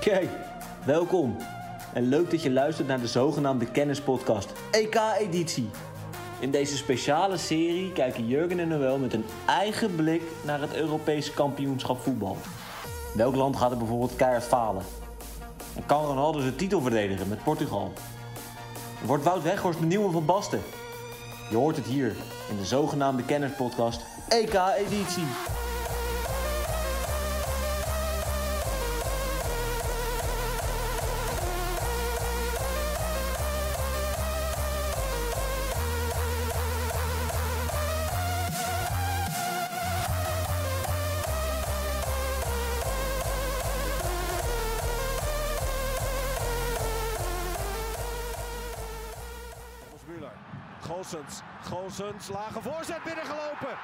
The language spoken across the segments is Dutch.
Oké, welkom. En leuk dat je luistert naar de zogenaamde kennispodcast EK-editie. In deze speciale serie kijken Jurgen en Noël met een eigen blik naar het Europese kampioenschap voetbal. Welk land gaat er bijvoorbeeld keihard falen? En kan Ronaldo zijn titel verdedigen met Portugal? Wordt Wout Weghorst de nieuwe Van Basten? Je hoort het hier in de zogenaamde kennispodcast EK-editie. Goossens, lage voorzet binnengelopen.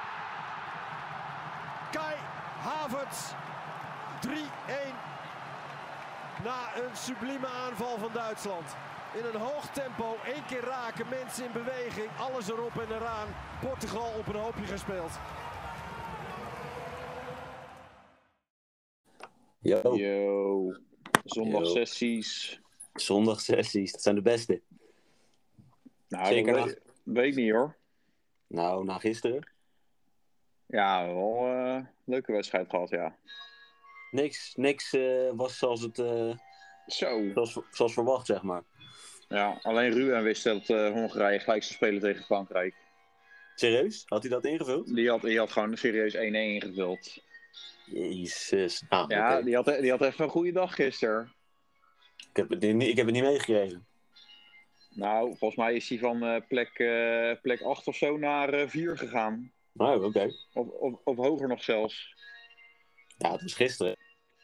Kai Havertz, 3-1 na een sublieme aanval van Duitsland. In een hoog tempo, 1 keer raken, mensen in beweging, alles erop en eraan. Portugal op een hoopje gespeeld. Yo. Zondagsessies. Zondagsessies, dat zijn de beste. Nou, Zeker weet ik niet hoor. Nou, na gisteren? Ja, wel leuke wedstrijd gehad, ja. Niks was zoals het Zo. zoals verwacht, zeg maar. Ja, alleen Ruben wist dat Hongarije gelijk zou spelen tegen Frankrijk. Serieus? Had hij dat ingevuld? Die had gewoon serieus 1-1 ingevuld. Jezus. Ah, Ja, okay. die had even een goede dag gisteren. Ik heb het niet meegekregen. Nou, volgens mij is hij van plek 8 of zo naar 4 gegaan. Oh, oké. Of hoger nog zelfs. Ja, het was gisteren.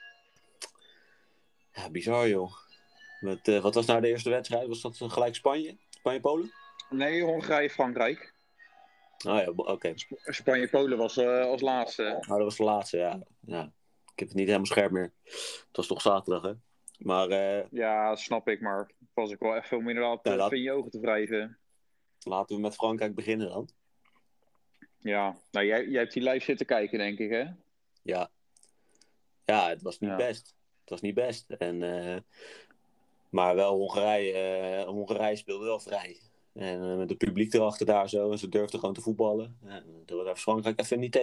Ja, bizar joh. Wat was nou de eerste wedstrijd? Was dat gelijk Spanje? Spanje-Polen? Nee, Hongarije-Frankrijk. Oh ja, oké. Spanje-Polen was als laatste. Oh, dat was de laatste, ja. Ik heb het niet helemaal scherp meer. Het was toch zaterdag, hè? Maar, ja, dat snap ik, maar was ik wel even om inderdaad even in je ogen te wrijven. Laten we met Frankrijk beginnen dan. Ja, nou jij hebt die live zitten kijken, denk ik, hè? Ja, het was niet best. Het was niet best. Maar wel Hongarije speelde wel vrij. En met het publiek erachter daar zo. En ze durfden gewoon te voetballen. En daar was Frankrijk even niet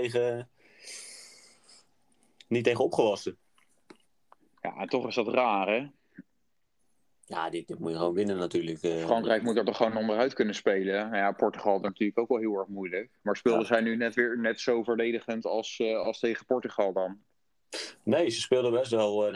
tegen opgewassen. Ja, en toch is dat raar, hè? Ja, dit moet je gewoon winnen natuurlijk. Frankrijk moet er toch gewoon onderuit kunnen spelen. Nou ja, Portugal is natuurlijk ook wel heel erg moeilijk. Maar speelden zij nu net zo verdedigend als tegen Portugal dan? Nee, ze speelden best wel,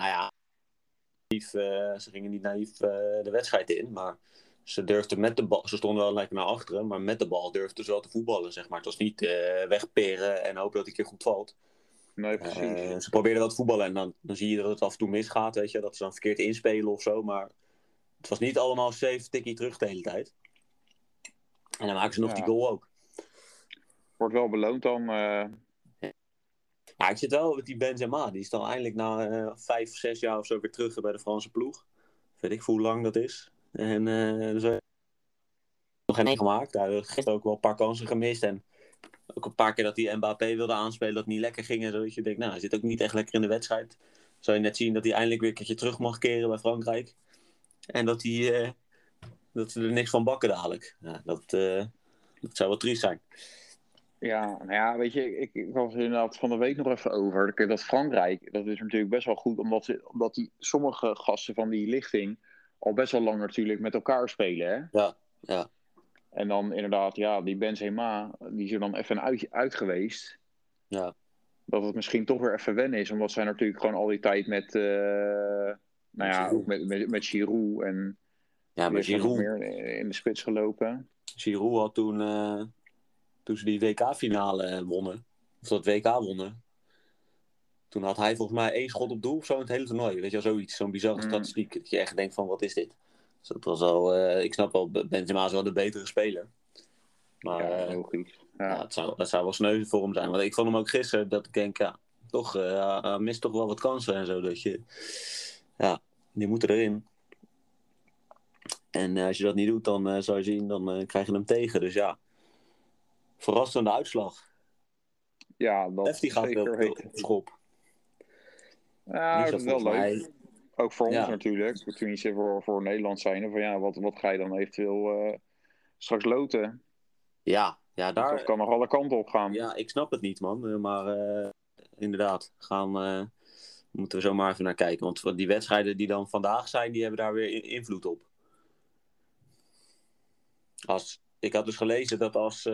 ze gingen niet naïef de wedstrijd in. Maar ze durfden met de bal, ze stonden wel lekker naar achteren. Maar met de bal durfden ze wel te voetballen, zeg maar. Het was niet wegperen en hopen dat het een keer goed valt. Nee, precies. Ze probeerden wel te voetballen en dan zie je dat het af en toe misgaat, weet je. Dat ze dan verkeerd inspelen of zo, maar het was niet allemaal safe tikkie terug de hele tijd. En dan maken ze nog die goal ook. Wordt wel beloond dan. Maar ik zit wel met die Benzema. Die is dan eindelijk na 5 of 6 jaar of zo weer terug bij de Franse ploeg. Weet ik hoe lang dat is. En dus nog geen één gemaakt. Hij heeft ook wel een paar kansen gemist. En ook een paar keer dat hij Mbappé wilde aanspelen, dat het niet lekker ging. En zo, dat je denkt, nou, hij zit ook niet echt lekker in de wedstrijd. Zou je net zien dat hij eindelijk weer een keertje terug mag keren bij Frankrijk. En dat ze er niks van bakken dadelijk. Ja, dat zou wel triest zijn. Ja, nou ja, weet je, ik was inderdaad van de week nog even over. Dat Frankrijk, dat is natuurlijk best wel goed, omdat die sommige gasten van die lichting al best wel lang natuurlijk met elkaar spelen, hè? Ja. En dan inderdaad, ja, die Benzema, die is er dan even uit geweest. Ja. Dat het misschien toch weer even wennen is, omdat zij natuurlijk gewoon al die tijd met, ook met Giroud en maar Giroud meer in de spits gelopen. Giroud had toen ze die WK-finale wonnen, of dat WK wonnen, toen had hij volgens mij 1 schot op doel of zo in het hele toernooi. Weet je wel, zoiets, zo'n bizarre statistiek. Dat je echt denkt van, wat is dit? Dus dat was al, ik snap wel, Benzema is wel de betere speler. Maar ja, logisch. Ja. Dat zou wel sneu voor hem zijn. Want ik vond hem ook gisteren, dat ik denk, toch, mist toch wel wat kansen en zo. Dat je, die moeten erin. En als je dat niet doet, dan zou je zien, dan krijg je hem tegen. Dus ja, verrassende uitslag. Ja, dat Lefty gaat zeker wel op schop. Ja, dat is wel leuk. Ook voor ons Ja. natuurlijk. Tenminste voor Nederland zijn. Van ja, wat ga je dan eventueel straks loten? Ja, Dus daar... dat kan nog alle kanten op gaan. Ja, ik snap het niet, man. Maar inderdaad, moeten we zo maar even naar kijken. Want die wedstrijden die dan vandaag zijn, die hebben daar weer invloed op. Ik had dus gelezen dat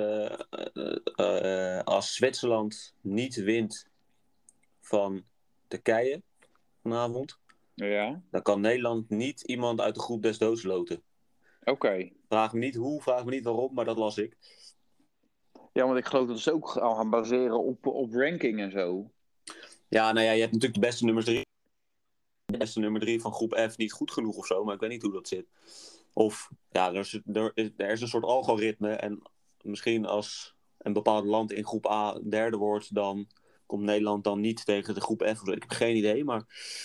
als Zwitserland niet wint van Turkije vanavond, Ja, dan kan Nederland niet iemand uit de groep des doods loten. oké. Vraag me niet hoe, vraag me niet waarom, maar dat las ik. Ja, want ik geloof dat ze ook al gaan baseren op ranking en zo. Ja, nou ja, je hebt natuurlijk de beste nummer 3. De beste nummer 3 van groep F niet goed genoeg of zo, maar ik weet niet hoe dat zit. Of, ja, er is een soort algoritme en misschien als een bepaald land in groep A derde wordt, dan komt Nederland dan niet tegen de groep F. Ik heb geen idee, maar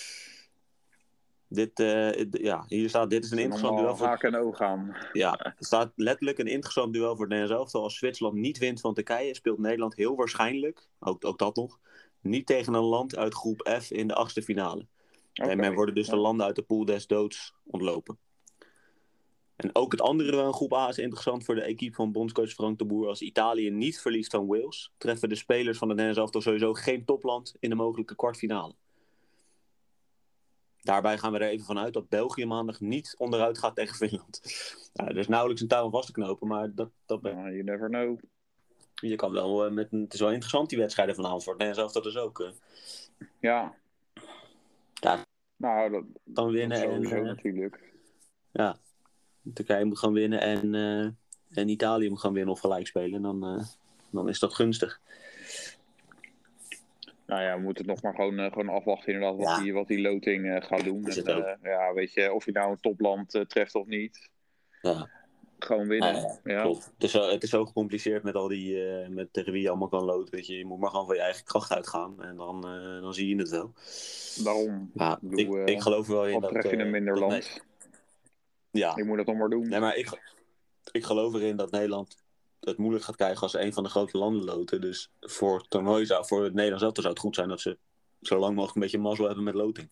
hier staat, dit is een interessant duel voor... haak en oog aan. Ja, er staat letterlijk een interessant duel voor het Nederlands elftal. Als Zwitserland niet wint van Turkije, speelt Nederland heel waarschijnlijk, ook dat nog, niet tegen een land uit groep F in de 8e finale. En men worden dus de landen uit de pool des doods ontlopen. En ook het andere duel in groep A is interessant voor de equipe van bondscoach Frank de Boer. Als Italië niet verliest van Wales, treffen de spelers van het Nederlands elftal sowieso geen topland in de mogelijke kwartfinale. Daarbij gaan we er even vanuit dat België maandag niet onderuit gaat tegen Finland. Er is nauwelijks een touw om vast te knopen, maar you never know. Je kan wel het is wel interessant die wedstrijden vanavond voor het Nederlands elftal dus ook. Ja. Ja. Nou, dat kan winnen sowieso natuurlijk. Ja. Turkije moet gaan winnen en Italië moet gaan winnen of gelijk spelen. Dan is dat gunstig. Nou ja, we moeten het nog maar gewoon afwachten inderdaad wat die loting gaat doen. En, weet je, of je nou een topland treft of niet. Ja. Gewoon winnen. Ja. Klopt. Het is zo gecompliceerd met al die met tegen wie je allemaal kan loten. Weet je moet maar gewoon van je eigen kracht uitgaan. En dan zie je het wel. Daarom. Ja, ik geloof er wel in dat... tref je een minder land. Ja. Je moet het nog maar doen. Nee, maar ik geloof erin dat Nederland het moeilijk gaat krijgen als ze een van de grote landen loten. Dus voor het toernooi voor het Nederlands elftal zou het goed zijn dat ze zo lang mogelijk een beetje mazzel hebben met loting.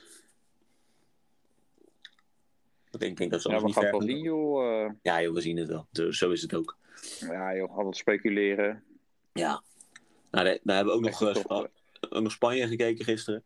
Ik denk dat ze we gaan het wel zien, joh. Ja, joh, we zien het wel. Zo is het ook. Ja, joh, altijd speculeren. Ja. Nou, daar hebben we ook nog Spanje gekeken gisteren.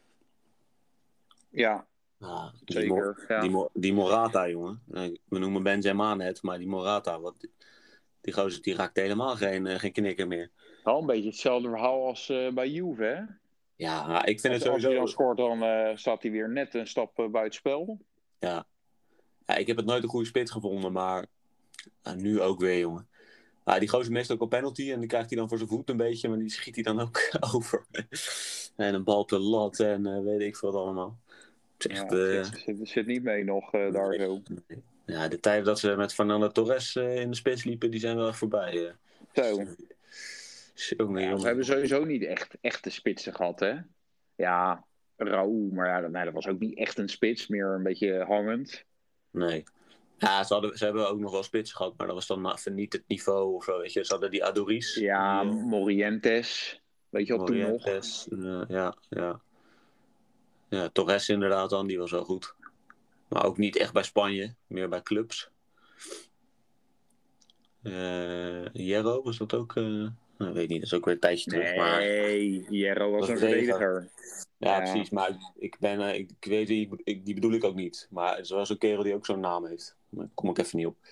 Ja. Zeker. Die Morata, jongen. We noemen Benzema net, maar die Morata, die gozer die raakt helemaal geen knikker meer. Wel een beetje hetzelfde verhaal als bij Juve, hè? Ja, ik vind het sowieso... Als hij dan scoort, dan staat hij weer net een stap buitenspel. Ja. Ik heb het nooit een goede spits gevonden, maar nu ook weer, jongen. Die gozer mist ook een penalty en die krijgt hij dan voor zijn voet een beetje, maar die schiet hij dan ook over. En een bal op de lat en weet ik veel wat allemaal. Zit niet mee nog daar zo. Ja, de tijden dat ze met Fernando Torres in de spits liepen, die zijn wel echt voorbij. Zo. Ze hebben sowieso niet echt de spitsen gehad, hè? Ja, Raúl, maar dat was ook niet echt een spits, meer een beetje hangend. Nee. Ja, ze hebben ook nog wel spitsen gehad, maar dat was dan niet het niveau of zo, weet je. Ze hadden die Adoris. Ja, Morientes. Weet je wat toen nog? Ja, Torres inderdaad dan, die was wel goed. Maar ook niet echt bij Spanje, meer bij clubs. Hierro was dat ook... weet niet, dat is ook weer een tijdje terug. Nee, Hierro was een verdediger. Ja, precies, maar ik weet die bedoel ik ook niet. Maar het was een kerel die ook zo'n naam heeft. Daar kom ik even niet op.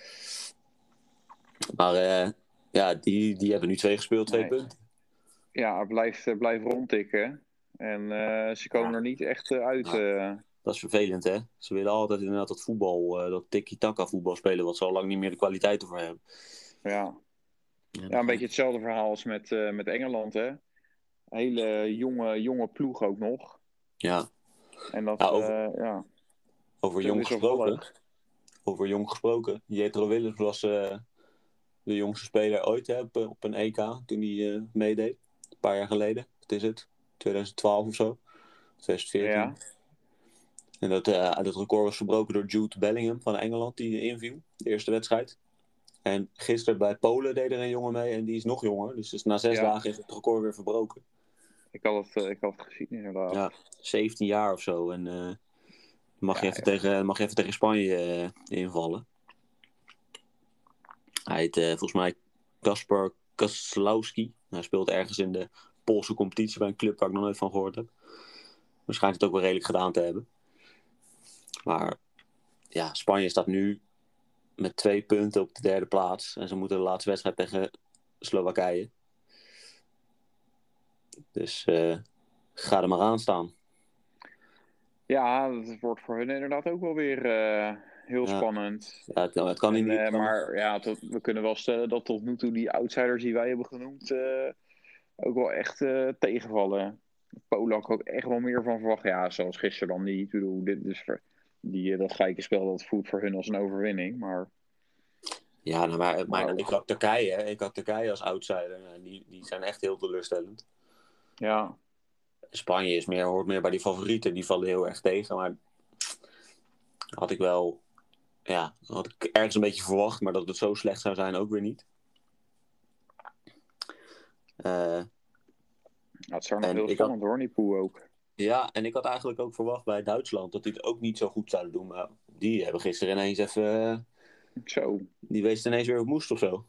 Maar die hebben nu 2 gespeeld, 2 punten. Ja, blijft rondtikken. En ze komen er niet echt uit. Dat is vervelend, hè? Ze willen altijd inderdaad dat voetbal, dat tiki-taka voetbal spelen, wat ze al lang niet meer de kwaliteit ervoor hebben. Ja, een beetje hetzelfde verhaal als met Engeland, hè? Hele jonge ploeg ook nog. Ja. En dat, over jong gesproken. Over jong gesproken. Jetro Willems was de jongste speler ooit op een EK toen hij meedeed. Een paar jaar geleden. Wat is het? 2012 of zo. 2014. Ja. En dat record was verbroken door Jude Bellingham van Engeland die inviel. De eerste wedstrijd. En gisteren bij Polen deed er een jongen mee en die is nog jonger. Dus na 6 dagen is het record weer verbroken. Ik had het gezien inderdaad. Ja, 17 jaar of zo. En Mag je even tegen Spanje invallen. Hij heet volgens mij Kasper Kaslowski. Hij speelt ergens in de Poolse competitie bij een club waar ik nog nooit van gehoord heb. Waarschijnlijk het ook wel redelijk gedaan te hebben. Maar ja, Spanje staat nu met 2 punten op de 3e plaats. En ze moeten de laatste wedstrijd tegen Slowakije. Dus ga er maar aan staan. Ja, dat wordt voor hun inderdaad ook wel weer heel spannend. Ja, het kan niet. Maar ja, we kunnen wel stellen dat tot nu toe die outsiders die wij hebben genoemd ook wel echt tegenvallen. Polen had ik ook echt wel meer van verwacht. Ja, zoals gisteren dan niet. Ik bedoel, dat gelijke spel, dat voelt voor hun als een overwinning. Maar... Ja, maar ik had Turkije als outsider. En die zijn echt heel teleurstellend. Ja. Spanje hoort meer bij die favorieten. Die vallen heel erg tegen. Maar had ik ergens een beetje verwacht. Maar dat het zo slecht zou zijn ook weer niet. Het zou nog heel spannend hoor, die pool ook. Ja, en ik had eigenlijk ook verwacht bij Duitsland dat die het ook niet zo goed zouden doen. Maar die hebben gisteren ineens even... Zo. Die wees ineens weer op moest of zo.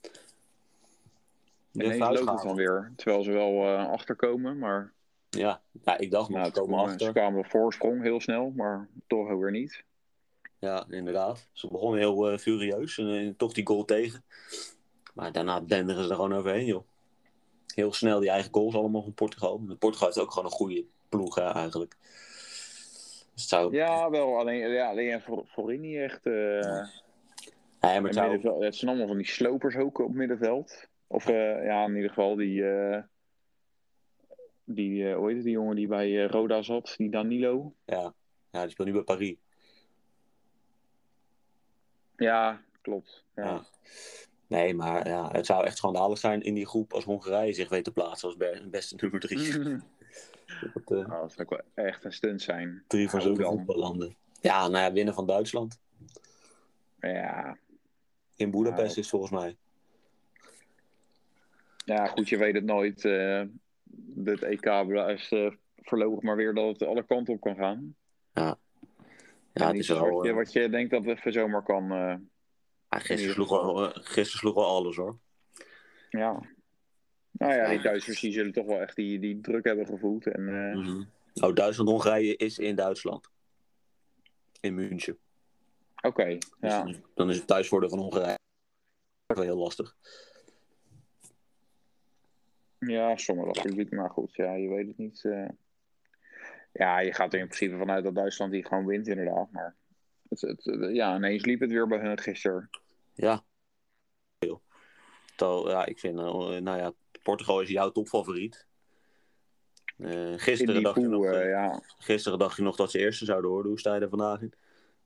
Ineens loopt het dan weer. Terwijl ze wel achterkomen, maar... Ja, ik dacht nog, ze komen achter. Ze kwamen op voorsprong heel snel, maar toch ook weer niet. Ja, inderdaad. Ze begonnen heel furieus en toch die goal tegen. Maar daarna denderen ze er gewoon overheen, joh. Heel snel die eigen goals allemaal van Portugal. Portugal heeft ook gewoon een goede ploeg, eigenlijk. Dus Ja, wel. Alleen voorin niet echt... Ja, maar het zijn allemaal van die slopers ook op middenveld. Of in ieder geval die hoe heet het, die jongen die bij Roda zat, die Danilo. Ja, die speelt nu bij Paris. Ja, klopt. Ja. Nee, maar het zou echt schandalig zijn in die groep als Hongarije zich weet te plaatsen als beste nummer 3. Dat zou ook wel echt een stunt zijn. 3 van zulke voetballanden. Ja, winnen van Duitsland. Ja. In Boedapest is volgens mij. Ja, goed, je weet het nooit. Het EK is voorlopig maar weer dat het alle kanten op kan gaan. Ja, het is wel... Wat je denkt dat het even zomaar kan... Gisteren sloeg wel alles, hoor. Ja. Nou ja, die Duitsers die zullen toch wel echt die druk hebben gevoeld. En, Duitsland-Hongarije is in Duitsland. In München. Oké, ja. Dus dan is het thuisvoordeel van Hongarije wel heel lastig. Ja, sommige gebieden, maar goed, ja, je weet het niet. Ja, je gaat er in principe vanuit dat Duitsland die gewoon wint, inderdaad. Maar ineens liep het weer bij hun gisteren. Ja. Ik vind, Portugal is jouw topfavoriet. Gisteren dacht je nog dat ze eerste zouden worden. Hoe sta je er vandaag in?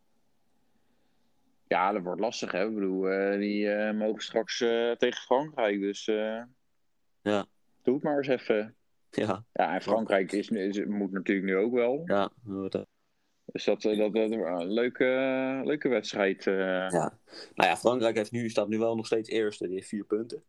Ja, dat wordt lastig, hè. Ik bedoel, die mogen straks tegen Frankrijk, dus... Ja. Doe het maar eens even. Ja. Ja, en Frankrijk moet natuurlijk nu ook wel. Ja. Dus dat een leuke wedstrijd. Ja. Nou ja, Frankrijk staat nu wel nog steeds eerste. Die heeft 4 punten.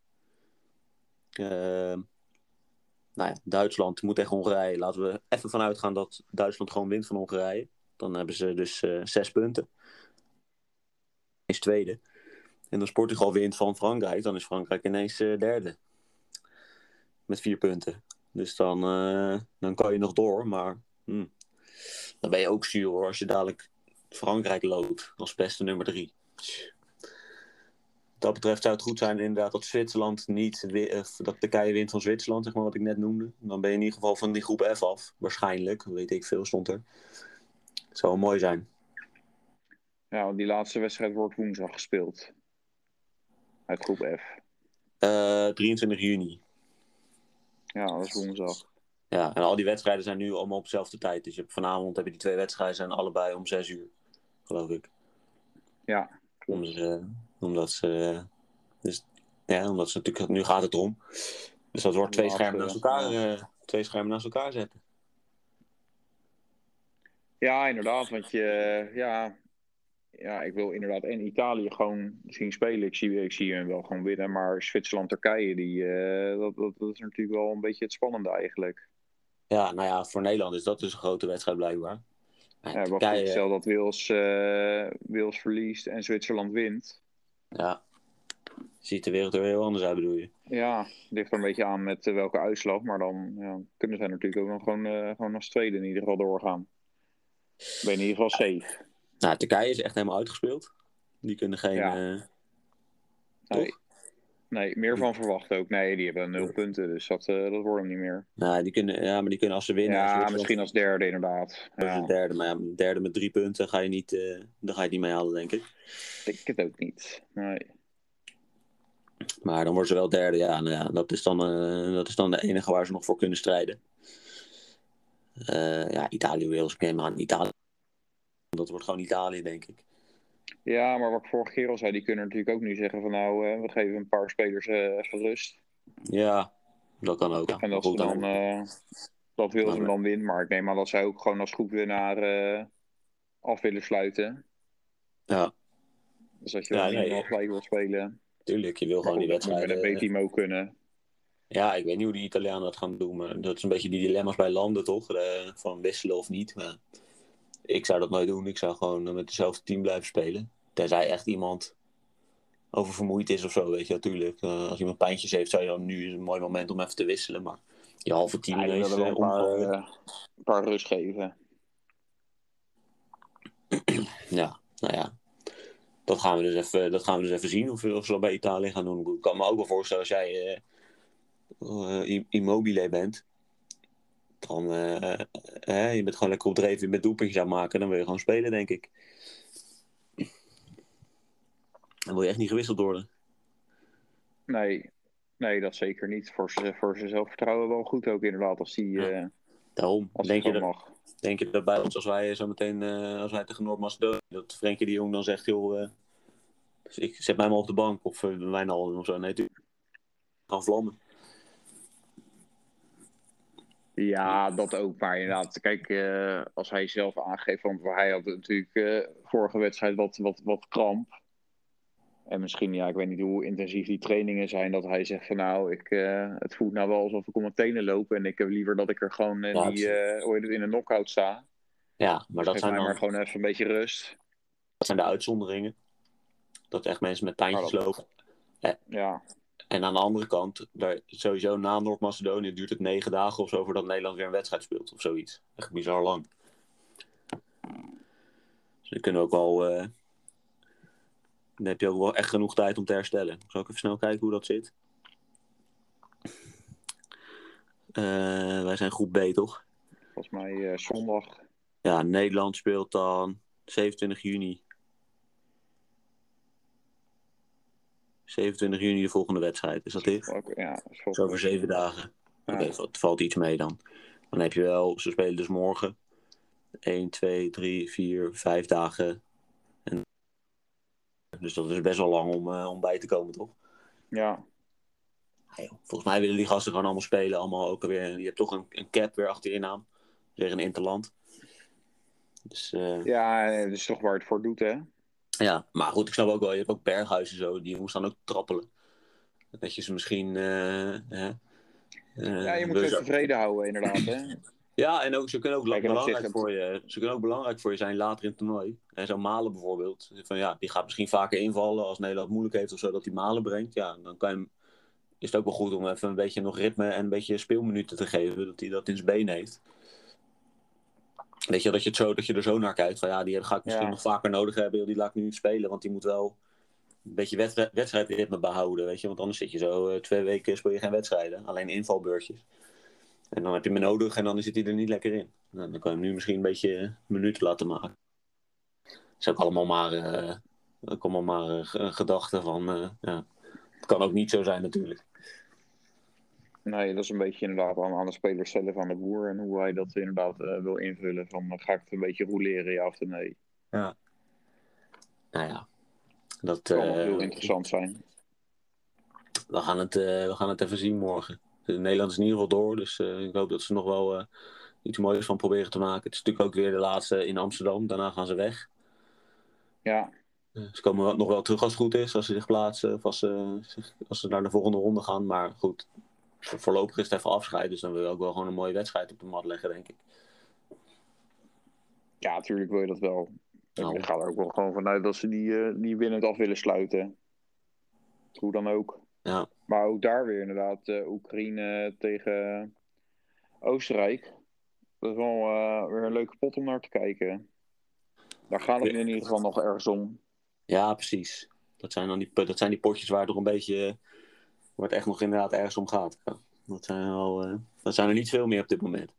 Duitsland moet tegen Hongarije. Laten we even vanuit gaan dat Duitsland gewoon wint van Hongarije. Dan hebben ze dus 6 punten. Is tweede. En als Portugal wint van Frankrijk, dan is Frankrijk ineens derde. Met 4 punten. Dus dan kan je nog door. Maar dan ben je ook zuur, hoor. Als je dadelijk Frankrijk loopt als beste nummer 3. Wat dat betreft zou het goed zijn inderdaad dat Zwitserland dat Turkije wint van Zwitserland, zeg maar, wat ik net noemde. Dan ben je in ieder geval van die groep F af. Waarschijnlijk, weet ik veel, stond er. Het zou wel mooi zijn. Ja, die laatste wedstrijd wordt woensdag gespeeld. Uit groep F. 23 juni. Ja, dat is woensdag. Ja, en al die wedstrijden zijn nu allemaal op dezelfde tijd. Dus vanavond hebben die 2 wedstrijden zijn allebei om 6 uur, geloof ik. Ja, omdat ze natuurlijk, nu gaat het erom. Dus dat wordt 2 schermen naast elkaar, 2 schermen naast elkaar zetten. Ja, inderdaad, want ik wil inderdaad en Italië gewoon zien spelen. Ik zie hem wel gewoon winnen, maar Zwitserland-Turkije, dat is natuurlijk wel een beetje het spannende eigenlijk. Ja, voor Nederland is dat dus een grote wedstrijd blijkbaar. Ja, wat Turkije, stel dat Wales verliest en Zwitserland wint. ja, ziet de wereld er weer heel anders uit, bedoel je? Ja, ligt er een beetje aan met welke uitslag. Maar dan kunnen zij natuurlijk ook nog gewoon als tweede in ieder geval doorgaan. Ben je in ieder geval safe. Nou, Turkije is echt helemaal uitgespeeld. Die kunnen geen... Ja. toch? Nee, meer van verwacht ook. Nee, die hebben 0 punten, dus dat wordt hem niet meer. Nou, maar die kunnen als ze winnen... Ja, als misschien als derde inderdaad. Als Ja, derde, maar een derde met 3 punten ga je niet, dan ga je het niet mee halen, denk ik. ik denk het ook niet. Nee. Maar dan worden ze wel derde, ja. Nou ja, dat is dan de enige waar ze nog voor kunnen strijden. Ja, Italië, Wales, ik neem aan Italië. Dat wordt gewoon Italië, denk ik. Ja, maar wat ik vorige keer al zei, die kunnen natuurlijk ook nu zeggen van nou, we geven een paar spelers even rust. Ja, dat kan ook. En dat ze dan, dat wil ze dan wint. Maar ik neem aan dat zij ook gewoon als groepwinnaar af willen sluiten. Ja. Dus dat je wel niet gelijk wil spelen. Tuurlijk, je wil gewoon die wedstrijden... met een B-team ook kunnen. Ja, ik weet niet hoe die Italianen dat gaan doen. Maar dat is een beetje die dilemma's bij landen, toch? Van wisselen of niet. Maar ik zou dat nooit doen. Ik zou gewoon met hetzelfde team blijven spelen. Tenzij echt iemand oververmoeid is of zo, weet je. Natuurlijk, als iemand pijntjes heeft, zou je dan nu is een mooi moment om even te wisselen. Maar je halve team ineens een paar rust geven. Ja, nou ja. Dat gaan we dus even zien of ze dat bij Italië gaan doen. Ik kan me ook wel voorstellen als jij Immobile bent. Dan je bent gewoon lekker op dreven met doelpuntjes aan maken. Dan wil je gewoon spelen, denk ik. Dan wil je echt niet gewisseld worden. Nee, dat zeker niet. Voor zijn zelfvertrouwen wel goed ook inderdaad. Als die daarom. als Denk je dat bij ons, als wij zo meteen als wij tegen Noord-Macedonië, dat Frenkie de Jong dan zegt, joh, dus ik zet mij maar op de bank of Wijnaldum of zo. Nee, natuurlijk. Gaan vlammen. Ja, dat ook. Maar inderdaad, kijk, als hij zelf aangeeft, want hij had natuurlijk vorige wedstrijd wat kramp. En misschien, ik weet niet hoe intensief die trainingen zijn, dat hij zegt van nou, het voelt nou wel alsof ik op mijn tenen loop en ik heb liever dat ik er gewoon in een knock-out sta. Ja, maar dus dat zijn dan... maar gewoon even een beetje rust. Dat zijn de uitzonderingen. Dat echt mensen met pijntjes lopen. Ja. En aan de andere kant, sowieso na Noord-Macedonië duurt het 9 dagen of zo voordat Nederland weer een wedstrijd speelt of zoiets. Echt bizar lang. Dus dan kunnen we ook wel... dan heb je ook wel echt genoeg tijd om te herstellen. Zal ik even snel kijken hoe dat zit? Wij zijn groep B, toch? Volgens mij zondag. Ja, Nederland speelt dan 27 juni. 27 juni de volgende wedstrijd. Is dat dit? Ja. Zo over 7 dagen. Ja. Oké, het valt iets mee dan. Dan heb je wel... Ze spelen dus morgen 1, 2, 3, 4, 5 dagen. Dus dat is best wel lang om bij te komen, toch? Ja. Volgens mij willen die gasten gewoon allemaal spelen. Allemaal ook weer. Je hebt toch een cap weer achter je naam. Weer een interland. Dus, ja, dat is toch waar het voor doet, hè? Ja, maar goed, ik snap ook wel. Je hebt ook Berghuis en zo. Die jongens dan ook trappelen. Dat je ze misschien... ja, je moet ze tevreden houden, inderdaad, hè? Ja, en ook, ze kunnen ook belangrijk voor je zijn later in het toernooi. En zo Malen bijvoorbeeld. Die gaat misschien vaker invallen als Nederland moeilijk heeft of zo, dat hij Malen brengt. Ja, dan is het ook wel goed om even een beetje nog ritme en een beetje speelminuten te geven. Dat hij dat in zijn been heeft. Weet je, dat je er zo naar kijkt. Van die ga ik misschien nog vaker nodig hebben. Die laat ik nu niet spelen, want die moet wel een beetje wedstrijdritme behouden. Weet je? Want anders zit je zo 2 weken speel je geen wedstrijden. Alleen invalbeurtjes. En dan heb je hem nodig en dan zit hij er niet lekker in. Nou, dan kan je hem nu misschien een beetje minuten laten maken. Dat is ook allemaal maar een gedachte van... Het kan ook niet zo zijn natuurlijk. Nee, dat is een beetje inderdaad aan de speler zelf, aan de boer. En hoe hij dat inderdaad wil invullen. Van, ga ik het een beetje roleren, ja of nee? Ja. Nou ja. Dat kan wel heel interessant zijn. We gaan het even zien morgen. Nederland is in ieder geval door. Dus ik hoop dat ze nog wel iets moois van proberen te maken. Het is natuurlijk ook weer de laatste in Amsterdam. Daarna gaan ze weg. Ja. Ze komen nog wel terug als het goed is. Als ze zich plaatsen. Of als ze naar de volgende ronde gaan. Maar goed. Voorlopig is het even afscheid. Dus dan wil je ook wel gewoon een mooie wedstrijd op de mat leggen, denk ik. Ja, natuurlijk wil je dat wel. Nou. Ik ga er ook wel gewoon vanuit dat ze die winnend af willen sluiten. Hoe dan ook. Ja. Maar ook daar weer inderdaad Oekraïne tegen Oostenrijk. Dat is wel weer een leuke pot om naar te kijken. Daar gaat het in ieder geval nog ergens om. Ja, precies. Dat zijn die potjes waar het nog een beetje... waar het echt nog inderdaad ergens om gaat. Ja. Dat zijn er niet veel meer op dit moment.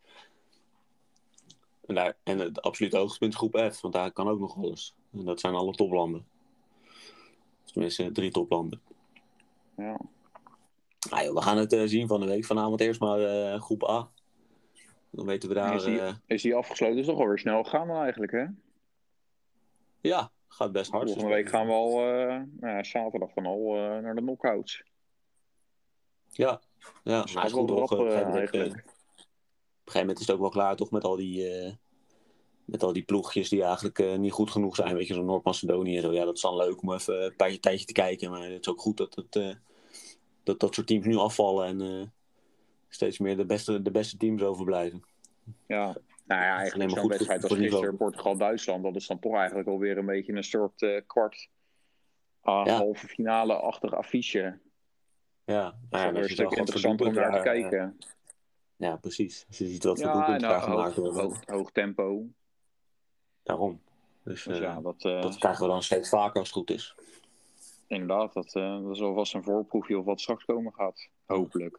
En het absolute hoogtepunt is groep F, want daar kan ook nog alles. En dat zijn alle toplanden. Tenminste, 3 toplanden. Ja. Nou, joh, we gaan het zien van de week. Vanavond eerst maar groep A. Dan weten we daar... Is die afgesloten? Is toch alweer snel gegaan dan eigenlijk, hè? Ja, gaat best hard. Volgende week gaan we al zaterdag dan al naar de knockouts. Ja, Dus gaat wel rap eigenlijk. Op een gegeven moment is het ook wel klaar toch met al die ploegjes die eigenlijk niet goed genoeg zijn. Weet je, zo'n Noord-Macedonië en zo. Ja, dat is dan leuk om even een tijdje te kijken. Maar het is ook goed dat soort teams nu afvallen en steeds meer de beste teams overblijven. Ja, nou ja, eigenlijk zo'n wedstrijd als gisteren Portugal-Duitsland, dat is dan toch eigenlijk alweer een beetje een soort halve finale-achtig affiche. Ja, dat is weer een stuk interessanter om naar te kijken. Ja, precies. Als je ziet wat voor doelpunten daar gemaakt worden. Hoog tempo. Daarom. Dus ja, dat krijgen we dan steeds vaker als het goed is. Inderdaad, dat is alvast een voorproefje of wat straks komen gaat. Hopelijk.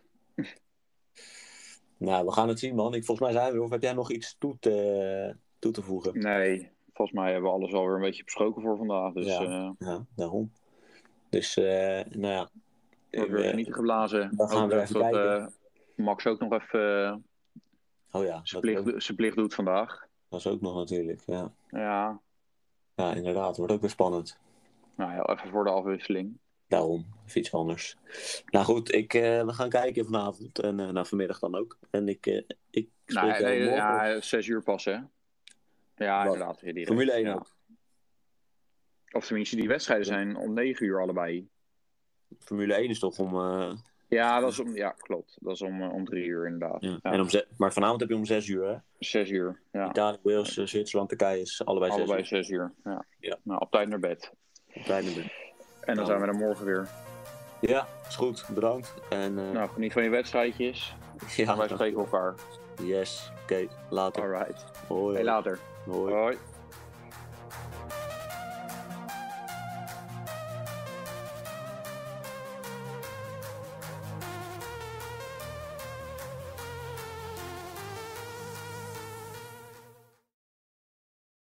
Nou, we gaan het zien, man. Volgens mij zijn we er. Of heb jij nog iets toe te voegen? Nee, volgens mij hebben we alles alweer een beetje besproken voor vandaag. Dus, ja, daarom. Dus, nou ja. Wordt weer niet geblazen. Dan gaan we even kijken. Max ook nog even zijn plicht doet vandaag. Dat is ook nog natuurlijk, ja. Ja, inderdaad. Wordt ook weer spannend. Nou ja, even voor de afwisseling. Daarom, of iets anders. Nou goed, we gaan kijken vanavond en vanmiddag dan ook. En ik spreek jou morgen. Ja, 6 uur pas, hè? Ja, inderdaad. Formule 1 ook. Of tenminste, die wedstrijden zijn om 9 uur allebei. Formule 1 is toch om... Ja, klopt. Dat is om 3 uur inderdaad. Ja. En maar vanavond heb je om 6 uur, hè? 6 uur, ja. Italië, Wales, Zwitserland, Turkije is allebei 6 uur. Ja. Nou, op tijd naar bed. En dan zijn we er morgen weer. Ja, is goed. Bedankt. En, nou, geniet van je wedstrijdjes. Ja. En wij spreken elkaar. Yes. Oké, later. Alright. Hoi. Hey, later. Hoi. Hoi.